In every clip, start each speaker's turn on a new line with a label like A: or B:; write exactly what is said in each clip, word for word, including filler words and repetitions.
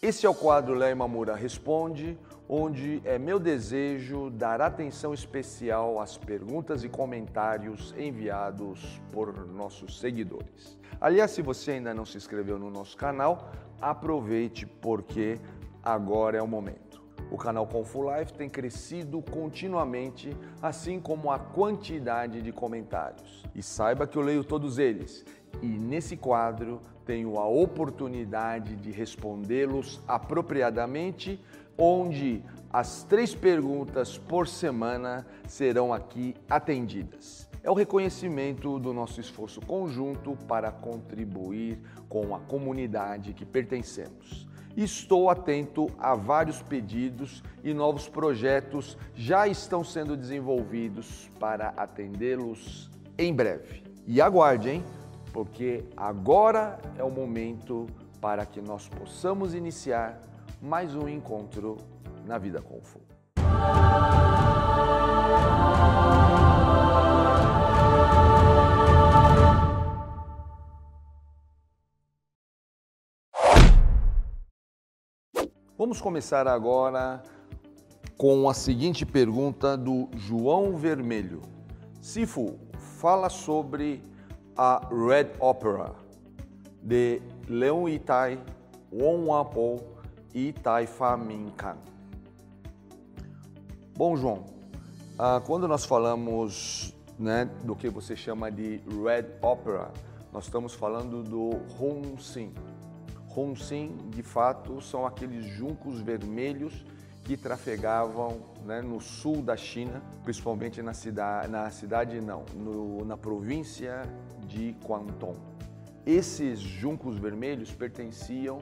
A: Esse é o quadro Léo Imamura Responde, onde é meu desejo dar atenção especial às perguntas e comentários enviados por nossos seguidores. Aliás, se você ainda não se inscreveu no nosso canal, aproveite porque agora é o momento. O canal Confulife tem crescido continuamente, assim como a quantidade de comentários. E saiba que eu leio todos eles. E nesse quadro tenho a oportunidade de respondê-los apropriadamente, onde as três perguntas por semana serão aqui atendidas. É o reconhecimento do nosso esforço conjunto para contribuir com a comunidade que pertencemos. Estou atento a vários pedidos e novos projetos já estão sendo desenvolvidos para atendê-los em breve. E aguarde, hein? Porque agora é o momento para que nós possamos iniciar mais um encontro na Vida Confu. Vamos começar agora com a seguinte pergunta do João Vermelho. Sifu, fala sobre a Red Opera de Leung Itai, Wong Wah-po e Tai Pha Minh Can. Bom, João, quando nós falamos, né, do que você chama de Red Opera, nós estamos falando do Hong Sin. Hong Sin, de fato, são aqueles juncos vermelhos que trafegavam, né, no sul da China, principalmente na cidade, na cidade não, no, na província de Guangdong. Esses juncos vermelhos pertenciam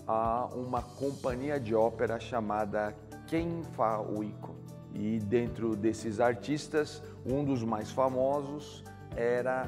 A: a uma companhia de ópera chamada Ken Fa Ui Kun. E dentro desses artistas, um dos mais famosos era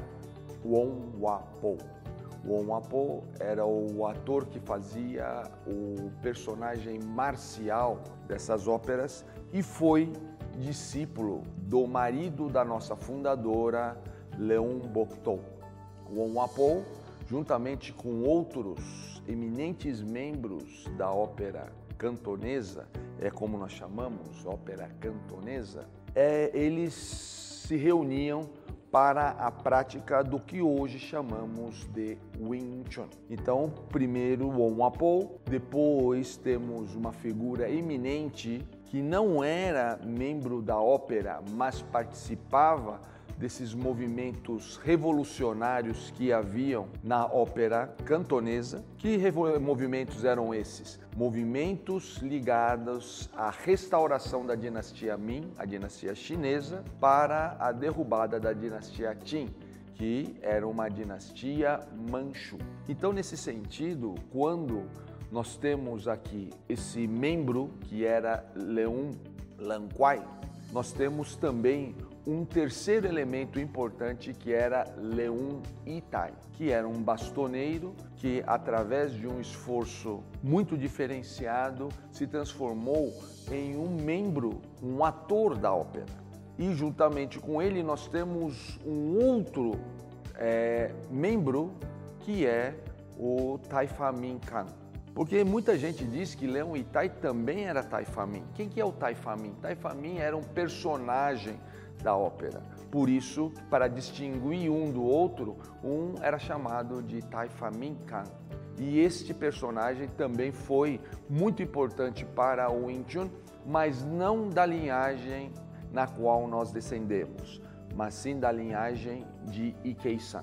A: Wong Wah-po. Wong Wah-po era o ator que fazia o personagem marcial dessas óperas e foi discípulo do marido da nossa fundadora, Leung Bok-to. Wong Wah-po, juntamente com outros eminentes membros da ópera cantonesa, é como nós chamamos, ópera cantonesa, é, eles se reuniam para a prática do que hoje chamamos de Wing Chun. Então, primeiro Wong Wah-po, depois temos uma figura eminente que não era membro da ópera, mas participava desses movimentos revolucionários que haviam na ópera cantonesa. Que movimentos eram esses? Movimentos ligados à restauração da dinastia Ming, a dinastia chinesa, para a derrubada da dinastia Qin, que era uma dinastia Manchu. Então, nesse sentido, quando nós temos aqui esse membro que era Leung Lanquai, nós temos também um terceiro elemento importante que era Leung Itai, que era um bastoneiro que, através de um esforço muito diferenciado, se transformou em um membro, um ator da ópera. E juntamente com ele nós temos um outro é, membro que é o Tai Pha Minh Can. Porque muita gente diz que Leung Itai também era Tai Pha Minh. Quem que é o Tai Pha Minh? Tai Pha Minh era um personagem da ópera. Por isso, para distinguir um do outro, um era chamado de Tai Pha Minh Can. E este personagem também foi muito importante para o Wing Chun, mas não da linhagem na qual nós descendemos, mas sim da linhagem de Ikei San.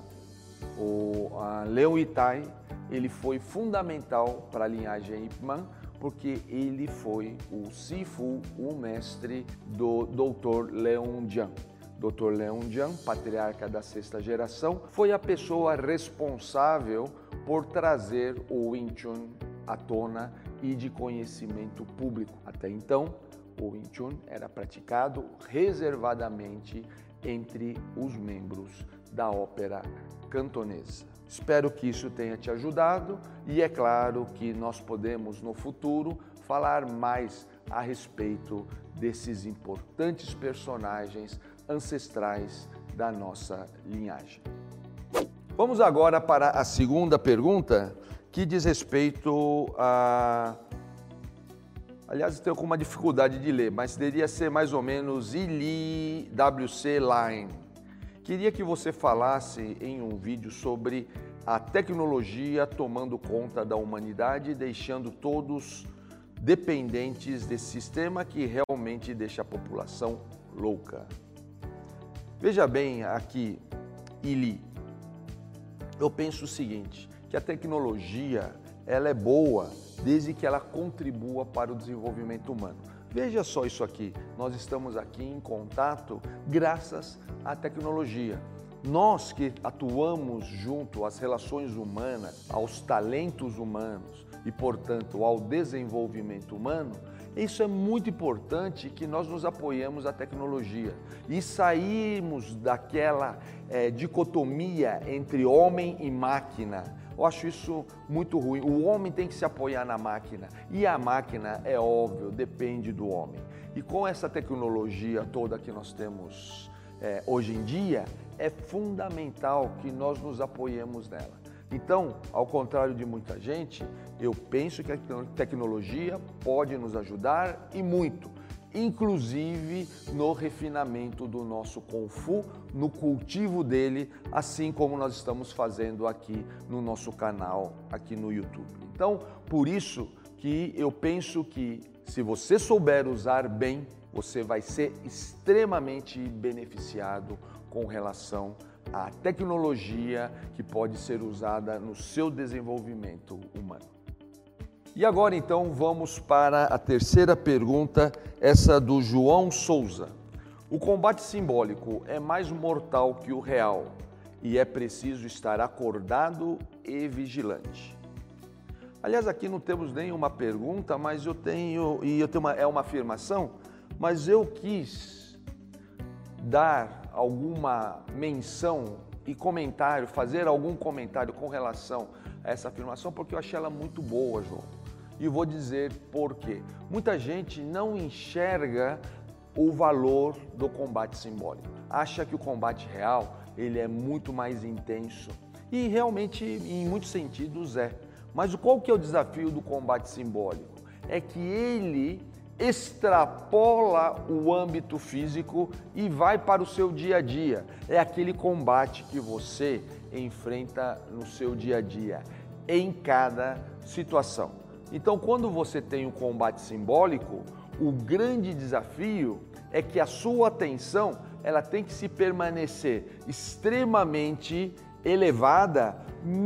A: O uh, Leung Itai, ele foi fundamental para a linhagem Ip Man, porque ele foi o Sifu, o mestre do doutor Leung Jian. doutor Leung Jian, patriarca da sexta geração, foi a pessoa responsável por trazer o Wing Chun à tona e de conhecimento público. Até então, o Wing Chun era praticado reservadamente entre os membros da ópera cantonesa. Espero que isso tenha te ajudado e é claro que nós podemos no futuro falar mais a respeito desses importantes personagens ancestrais da nossa linhagem. Vamos agora para a segunda pergunta, que diz respeito a Aliás, eu tenho alguma dificuldade de ler, mas deveria ser mais ou menos Ili W C Line. Queria que você falasse em um vídeo sobre a tecnologia tomando conta da humanidade, deixando todos dependentes desse sistema que realmente deixa a população louca. Veja bem aqui, Ili, eu penso o seguinte, que a tecnologia ela é boa desde que ela contribua para o desenvolvimento humano. Veja só isso aqui, nós estamos aqui em contato graças à tecnologia. Nós que atuamos junto às relações humanas, aos talentos humanos e, portanto, ao desenvolvimento humano, isso é muito importante que nós nos apoiemos à tecnologia e sairmos daquela é, dicotomia entre homem e máquina. Eu acho isso muito ruim. O homem tem que se apoiar na máquina e a máquina, é óbvio, depende do homem. E com essa tecnologia toda que nós temos é, hoje em dia, é fundamental que nós nos apoiemos nela. Então, ao contrário de muita gente, eu penso que a tecnologia pode nos ajudar e muito, inclusive no refinamento do nosso Kung Fu, no cultivo dele, assim como nós estamos fazendo aqui no nosso canal, aqui no YouTube. Então, por isso que eu penso que se você souber usar bem, você vai ser extremamente beneficiado com relação à tecnologia que pode ser usada no seu desenvolvimento humano. E agora então vamos para a terceira pergunta, essa do João Souza. O combate simbólico é mais mortal que o real e é preciso estar acordado e vigilante. Aliás, aqui não temos nenhuma pergunta, mas eu tenho, e eu tenho uma, é uma afirmação, mas eu quis dar alguma menção e comentário, fazer algum comentário com relação a essa afirmação, porque eu achei ela muito boa, João. E vou dizer por quê. Muita gente não enxerga o valor do combate simbólico. Acha que o combate real ele é muito mais intenso. E realmente, em muitos sentidos, é. Mas qual que é o desafio do combate simbólico? É que ele extrapola o âmbito físico e vai para o seu dia a dia. É aquele combate que você enfrenta no seu dia a dia, em cada situação. Então, quando você tem um combate simbólico, o grande desafio é que a sua atenção ela tem que se permanecer extremamente elevada,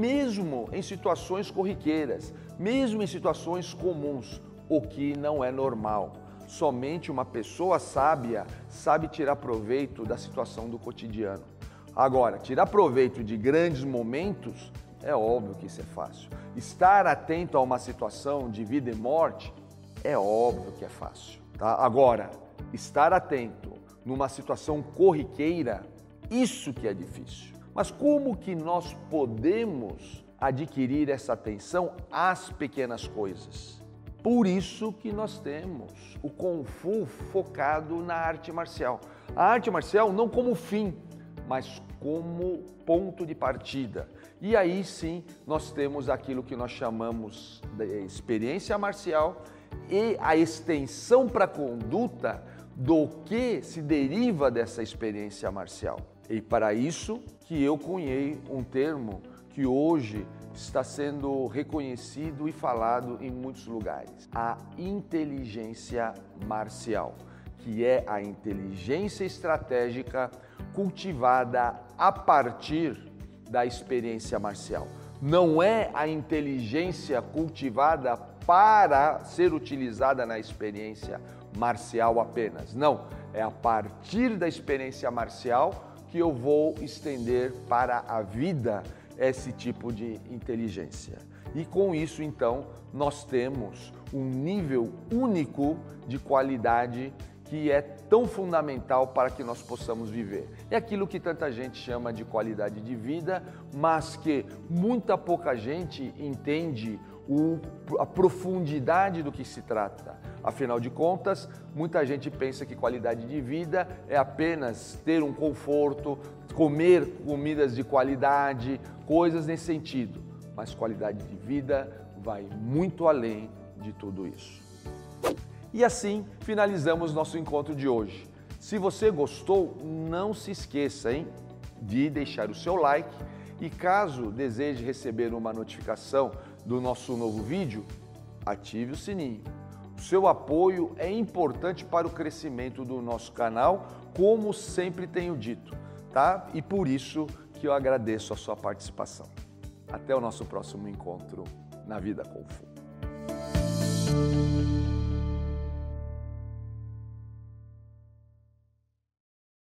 A: mesmo em situações corriqueiras, mesmo em situações comuns, o que não é normal. Somente uma pessoa sábia sabe tirar proveito da situação do cotidiano. Agora, tirar proveito de grandes momentos, é óbvio que isso é fácil. Estar atento a uma situação de vida e morte, é óbvio que é fácil. Tá? Agora, estar atento numa situação corriqueira, isso que é difícil. Mas como que nós podemos adquirir essa atenção às pequenas coisas? Por isso que nós temos o Kung Fu focado na arte marcial. A arte marcial não como fim, mas como ponto de partida. E aí sim nós temos aquilo que nós chamamos de experiência marcial e a extensão para a conduta do que se deriva dessa experiência marcial. E para isso que eu cunhei um termo que hoje está sendo reconhecido e falado em muitos lugares, a inteligência marcial, que é a inteligência estratégica cultivada a partir da experiência marcial. Não é a inteligência cultivada para ser utilizada na experiência marcial apenas. Não, é a partir da experiência marcial que eu vou estender para a vida esse tipo de inteligência. E com isso, então, nós temos um nível único de qualidade que é tão fundamental para que nós possamos viver. É aquilo que tanta gente chama de qualidade de vida, mas que muita pouca gente entende o, a profundidade do que se trata. Afinal de contas, muita gente pensa que qualidade de vida é apenas ter um conforto, comer comidas de qualidade, coisas nesse sentido. Mas qualidade de vida vai muito além de tudo isso. E assim finalizamos nosso encontro de hoje. Se você gostou, não se esqueça, hein, de deixar o seu like e caso deseje receber uma notificação do nosso novo vídeo, ative o sininho. O seu apoio é importante para o crescimento do nosso canal, como sempre tenho dito, tá? E por isso que eu agradeço a sua participação. Até o nosso próximo encontro na Vida com Fu.